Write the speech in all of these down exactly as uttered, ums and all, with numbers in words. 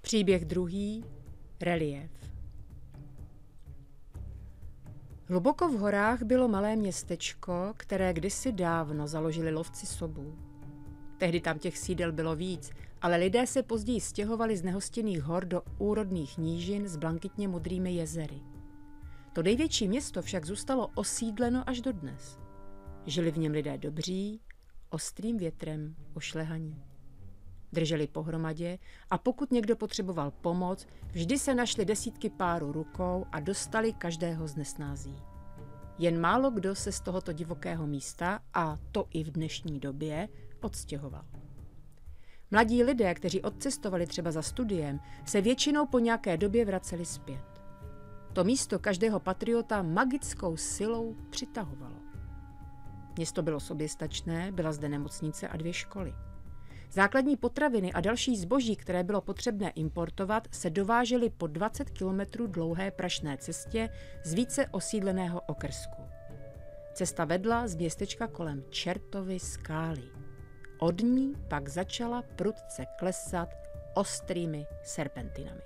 Příběh druhý. Reliéf. Hluboko v horách bylo malé městečko, které kdysi dávno založili lovci sobů. Tehdy tam těch sídel bylo víc, ale lidé se později stěhovali z nehostinných hor do úrodných nížin s blankitně modrými jezery. To největší město však zůstalo osídleno až dodnes. Žili v něm lidé dobří, ostrým větrem ošlehaní. Drželi pohromadě a pokud někdo potřeboval pomoc, vždy se našly desítky párů rukou a dostali každého z nesnází. Jen málo kdo se z tohoto divokého místa, a to i v dnešní době, odstěhoval. Mladí lidé, kteří odcestovali třeba za studiem, se většinou po nějaké době vraceli zpět. To místo každého patriota magickou silou přitahovalo. Město bylo soběstačné, byla zde nemocnice a dvě školy. Základní potraviny a další zboží, které bylo potřebné importovat, se dovážely po dvacet kilometrů dlouhé prašné cestě z více osídleného okrsku. Cesta vedla z městečka kolem Čertovy skály. Od ní pak začala prudce klesat ostrými serpentinami.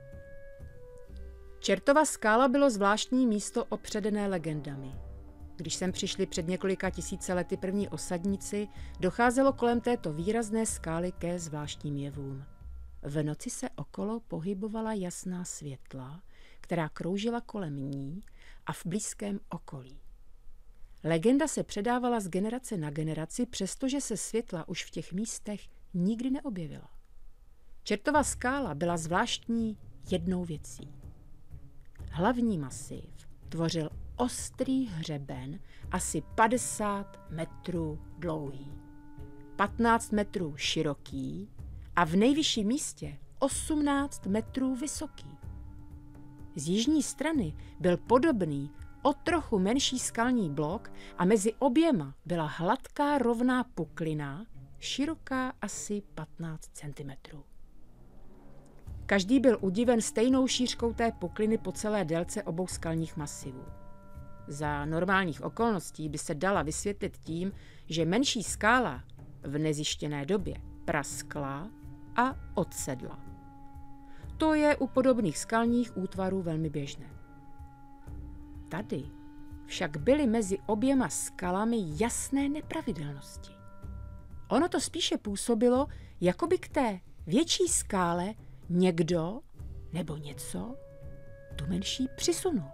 Čertova skála bylo zvláštní místo opředené legendami. Když sem přišli před několika tisíce lety první osadníci, docházelo kolem této výrazné skály ke zvláštním jevům. V noci se okolo pohybovala jasná světla, která kroužila kolem ní a v blízkém okolí. Legenda se předávala z generace na generaci, přestože se světla už v těch místech nikdy neobjevila. Čertova skála byla zvláštní jednou věcí. Hlavní masiv tvořil ostrý hřeben asi padesát metrů dlouhý, patnáct metrů široký a v nejvyšším místě osmnáct metrů vysoký. Z jižní strany byl podobný o trochu menší skalní blok a mezi oběma byla hladká rovná puklina, široká asi patnáct centimetrů. Každý byl udiven stejnou šířkou té pukliny po celé délce obou skalních masivů. Za normálních okolností by se dala vysvětlit tím, že menší skála v nezjištěné době praskla a odsedla. To je u podobných skalních útvarů velmi běžné. Tady však byly mezi oběma skalami jasné nepravidelnosti. Ono to spíše působilo, jako by k té větší skále někdo nebo něco tu menší přisunul.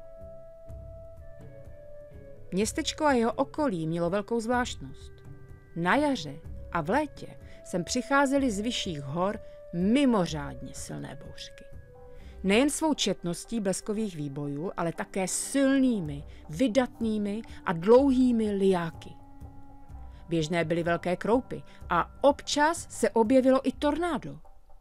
Městečko a jeho okolí mělo velkou zvláštnost. Na jaře a v létě sem přicházely z vyšších hor mimořádně silné bouřky. Nejen svou četností bleskových výbojů, ale také silnými, vydatnými a dlouhými liáky. Běžné byly velké kroupy a občas se objevilo i tornádo.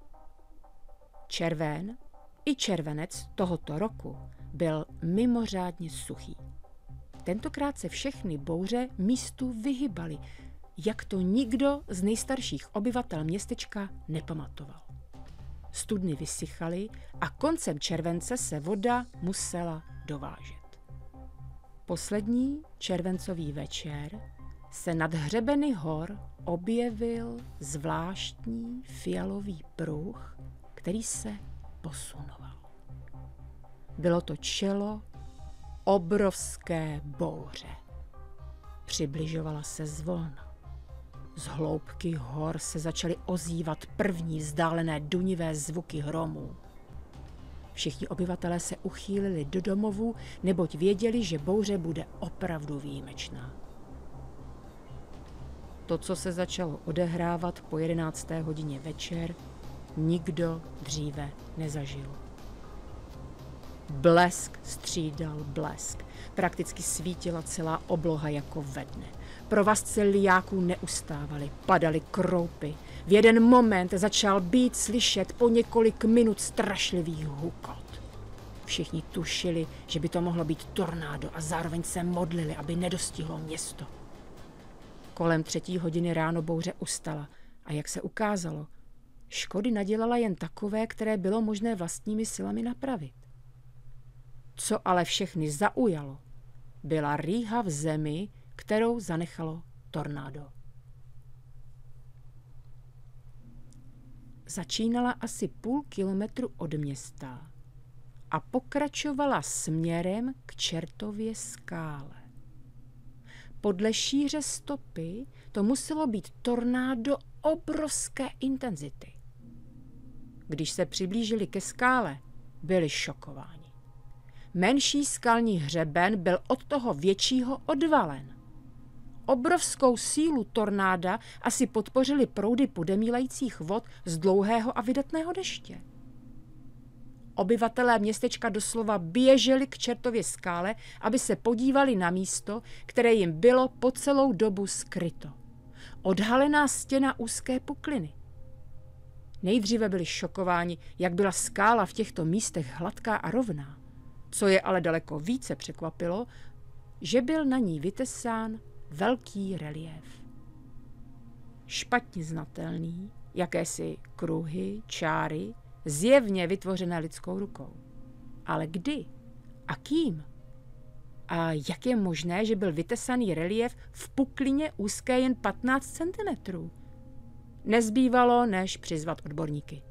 Červen i červenec tohoto roku byl mimořádně suchý. Tentokrát se všechny bouře místu vyhybaly, jak to nikdo z nejstarších obyvatel městečka nepamatoval. Studny vysychaly a koncem července se voda musela dovážet. Poslední červencový večer se nad hřebeny hor objevil zvláštní fialový pruh, který se posunoval. Bylo to čelo obrovské bouře. Přibližovala se zvona. Z hloubky hor se začaly ozývat první vzdálené dunivé zvuky hromů. Všichni obyvatelé se uchýlili do domovů, neboť věděli, že bouře bude opravdu výjimečná. To, co se začalo odehrávat po jedenácté hodině večer, nikdo dříve nezažil. Blesk střídal blesk. Prakticky svítila celá obloha jako ve dne. Provazce liáků neustávaly, padaly kroupy. V jeden moment začal být slyšet po několik minut strašlivý hukot. Všichni tušili, že by to mohlo být tornádo a zároveň se modlili, aby nedostihlo město. Kolem třetí hodiny ráno bouře ustala a jak se ukázalo, škody nadělala jen takové, které bylo možné vlastními silami napravit. Co ale všechny zaujalo, byla rýha v zemi, kterou zanechalo tornádo. začínala asi půl kilometru od města a pokračovala směrem k Čertově skále. Podle šíře stopy to muselo být tornádo obrovské intenzity. Když se přiblížili ke skále, byli šokováni. Menší skalní hřeben byl od toho většího odvalen. Obrovskou sílu tornáda asi podpořily proudy podemílajících vod z dlouhého a vydatného deště. Obyvatelé městečka doslova běželi k Čertově skále, aby se podívali na místo, které jim bylo po celou dobu skryto. Odhalená stěna úzké pukliny. Nejdříve byli šokováni, jak byla skála v těchto místech hladká a rovná. Co je ale daleko více překvapilo, že byl na ní vytesán velký reliéf. Špatně znatelný, jakési kruhy, čáry, zjevně vytvořené lidskou rukou. Ale kdy a kým? A jak je možné, že byl vytesaný reliéf v puklině úzké jen patnáct centimetrů? Nezbývalo, než přizvat odborníky.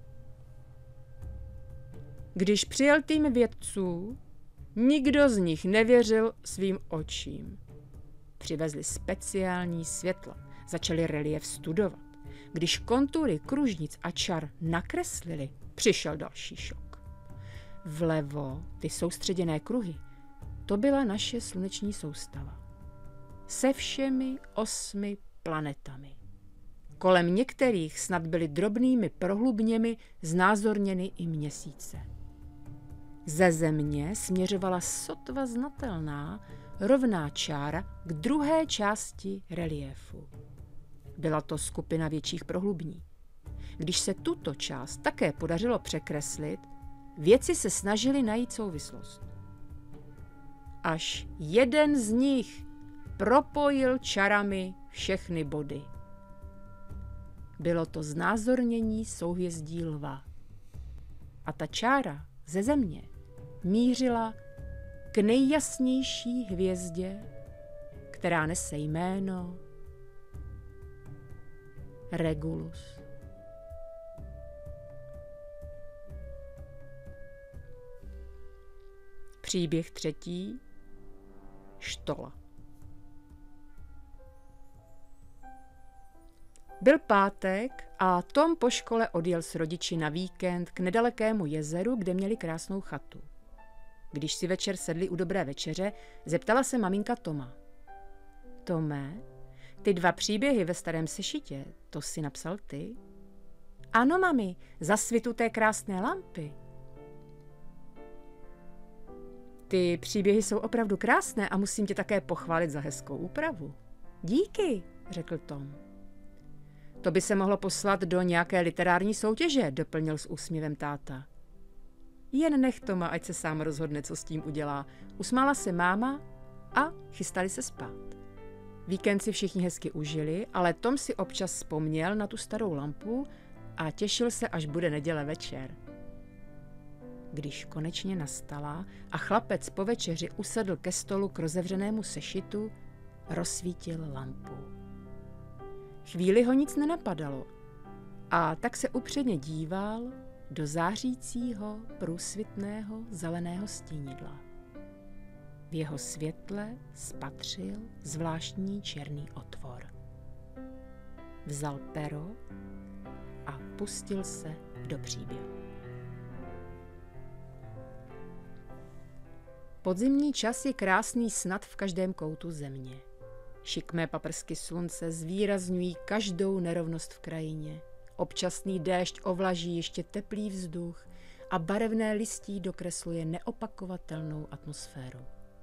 Když přijel tým vědců, nikdo z nich nevěřil svým očím. Přivezli speciální světla, začali reliéf studovat. Když kontury kružnic a čar nakreslili, přišel další šok. Vlevo, ty soustředěné kruhy, to byla naše sluneční soustava. Se všemi osmi planetami. Kolem některých snad byly drobnými prohlubněmi znázorněny i měsíce. Ze Země směřovala sotva znatelná, rovná čára k druhé části reliéfu. Byla to skupina větších prohlubní. Když se tuto část také podařilo překreslit, vědci se snažili najít souvislost. Až jeden z nich propojil čarami všechny body. Bylo to znázornění souhvězdí Lva. A ta čára ze Země mířila k nejjasnější hvězdě, která nese jméno Regulus. Příběh třetí. Štola. Byl pátek a Tom po škole odjel s rodiči na víkend k nedalekému jezeru, kde měli krásnou chatu. Když si večer sedli u dobré večeře, zeptala se maminka Toma. Tome, ty dva příběhy ve starém sešitě, to si napsal ty? Ano, mami, za svitu té krásné lampy. Ty příběhy jsou opravdu krásné a musím tě také pochválit za hezkou úpravu. Díky, řekl Tom. To by se mohlo poslat do nějaké literární soutěže, doplnil s úsměvem táta. Jen nech Toma, ať se sám rozhodne, co s tím udělá. Usmála se máma a chystali se spát. Víkend si všichni hezky užili, ale Tom si občas vzpomněl na tu starou lampu a těšil se, až bude neděle večer. Když konečně nastala a chlapec po večeři usedl ke stolu k rozevřenému sešitu, rozsvítil lampu. Chvíli ho nic nenapadalo a tak se upředně díval do zářícího, průsvitného zeleného stínidla. V jeho světle spatřil zvláštní černý otvor. Vzal pero a pustil se do příběhu. Podzimní čas je krásný snad v každém koutu země. Šikmé paprsky slunce zvýrazňují každou nerovnost v krajině. Občasný déšť ovlaží ještě teplý vzduch a barevné listí dokresluje neopakovatelnou atmosféru.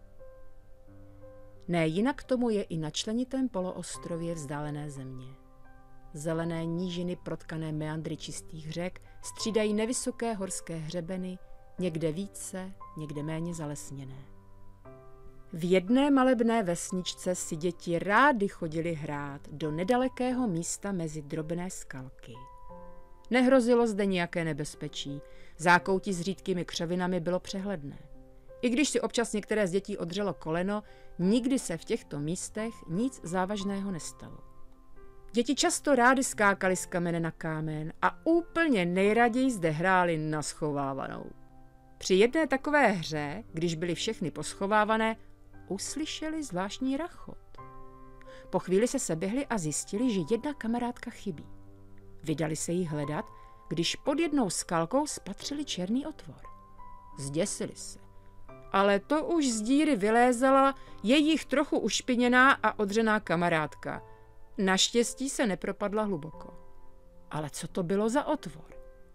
Ne jinak tomu je i na členitém poloostrově vzdálené země. Zelené nížiny protkané meandry čistých řek střídají nevysoké horské hřebeny, někde více, někde méně zalesněné. V jedné malebné vesničce si děti rády chodili hrát do nedalekého místa mezi drobné skalky. Nehrozilo zde nějaké nebezpečí, zákoutí s řídkými křovinami bylo přehledné. I když si občas některé z dětí odřelo koleno, nikdy se v těchto místech nic závažného nestalo. Děti často rády skákaly z kamene na kámen a úplně nejraději zde hrály na schovávanou. Při jedné takové hře, když byly všechny poschovávané, uslyšeli zvláštní rachot. Po chvíli se seběhli a zjistili, že jedna kamarádka chybí. Vydali se jí hledat, když pod jednou skalkou spatřili černý otvor. Zděsili se. Ale to už z díry vylézala jejich trochu ušpiněná a odřená kamarádka. Naštěstí se nepropadla hluboko. Ale co to bylo za otvor?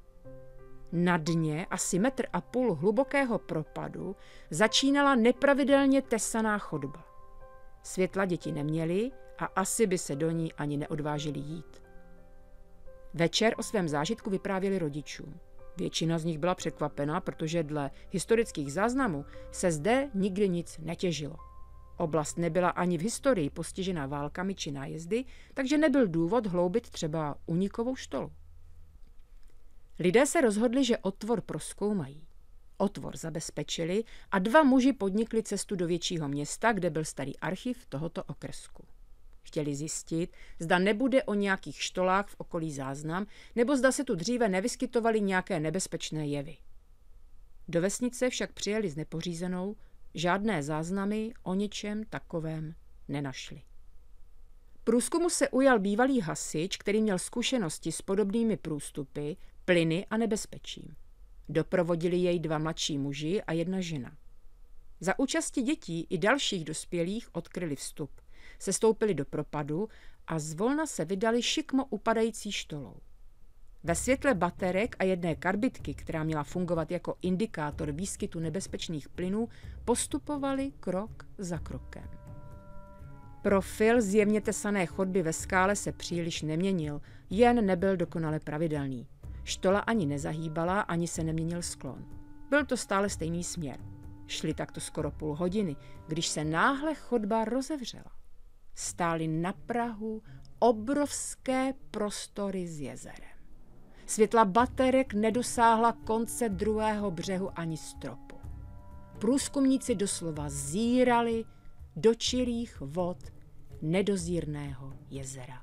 Na dně asi metr a půl hlubokého propadu začínala nepravidelně tesaná chodba. Světla děti neměly a asi by se do ní ani neodvážili jít. Večer o svém zážitku vyprávěli rodičům. Většina z nich byla překvapena, protože dle historických záznamů se zde nikdy nic netěžilo. Oblast nebyla ani v historii postižena válkami či nájezdy, takže nebyl důvod hloubit třeba unikovou štolu. Lidé se rozhodli, že otvor prozkoumají. Otvor zabezpečili a dva muži podnikli cestu do většího města, kde byl starý archiv tohoto okrsku. Chtěli zjistit, zda nebude o nějakých štolách v okolí záznam, nebo zda se tu dříve nevyskytovaly nějaké nebezpečné jevy. Do vesnice však přijeli s nepořízenou, žádné záznamy o něčem takovém nenašli. Průzkumu se ujal bývalý hasič, který měl zkušenosti s podobnými průstupy, plyny a nebezpečím. Doprovodili jej dva mladší muži a jedna žena. Za účasti dětí i dalších dospělých odkryli vstup, sestoupili do propadu a zvolna se vydali šikmo upadající štolou. Ve světle baterek a jedné karbitky, která měla fungovat jako indikátor výskytu nebezpečných plynů, postupovali krok za krokem. Profil zjevně tesané chodby ve skále se příliš neměnil, jen nebyl dokonale pravidelný. Štola ani nezahýbala, ani se neměnil sklon. Byl to stále stejný směr. Šli takto skoro půl hodiny, když se náhle chodba rozevřela. Stáli na prahu obrovské prostory s jezerem. Světla baterek nedosáhla konce druhého břehu ani stropu. Průzkumníci doslova zírali do čirých vod nedozírného jezera.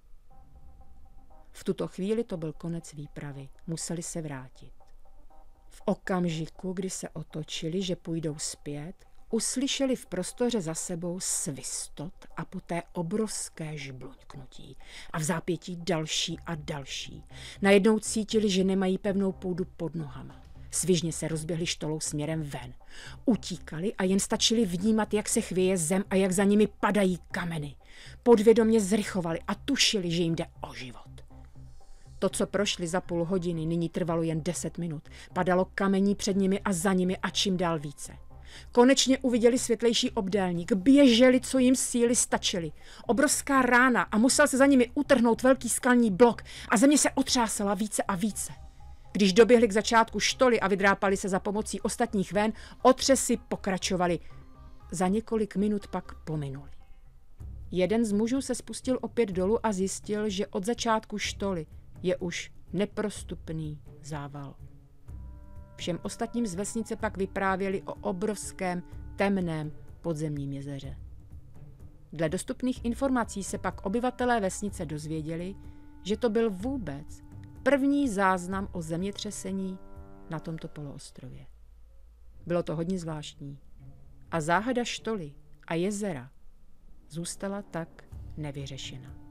V tuto chvíli to byl konec výpravy. Museli se vrátit. V okamžiku, kdy se otočili, že půjdou zpět, uslyšeli v prostoře za sebou svistot a poté obrovské žbluňknutí a v zápětí další a další. Najednou cítili, že nemají pevnou půdu pod nohama. Svižně se rozběhli štolou směrem ven. Utíkali a jen stačili vnímat, jak se chvěje zem a jak za nimi padají kameny. Podvědomě zrychovali a tušili, že jim jde o život. To, co prošli za půl hodiny, nyní trvalo jen deset minut. Padalo kamení před nimi a za nimi a čím dál více. Konečně uviděli světlejší obdélník, běželi, co jim síly stačily. Obrovská rána a musel se za nimi utrhnout velký skalní blok a země se otřásala více a více. Když doběhli k začátku štoly a vydrápali se za pomocí ostatních ven, otřesy pokračovaly. Za několik minut pak pominuli. Jeden z mužů se spustil opět dolů a zjistil, že od začátku štoly je už neprostupný zával. Všem ostatním z vesnice pak vyprávěli o obrovském, temném podzemním jezeře. Dle dostupných informací se pak obyvatelé vesnice dozvěděli, že to byl vůbec první záznam o zemětřesení na tomto poloostrově. Bylo to hodně zvláštní a záhada štoly a jezera zůstala tak nevyřešena.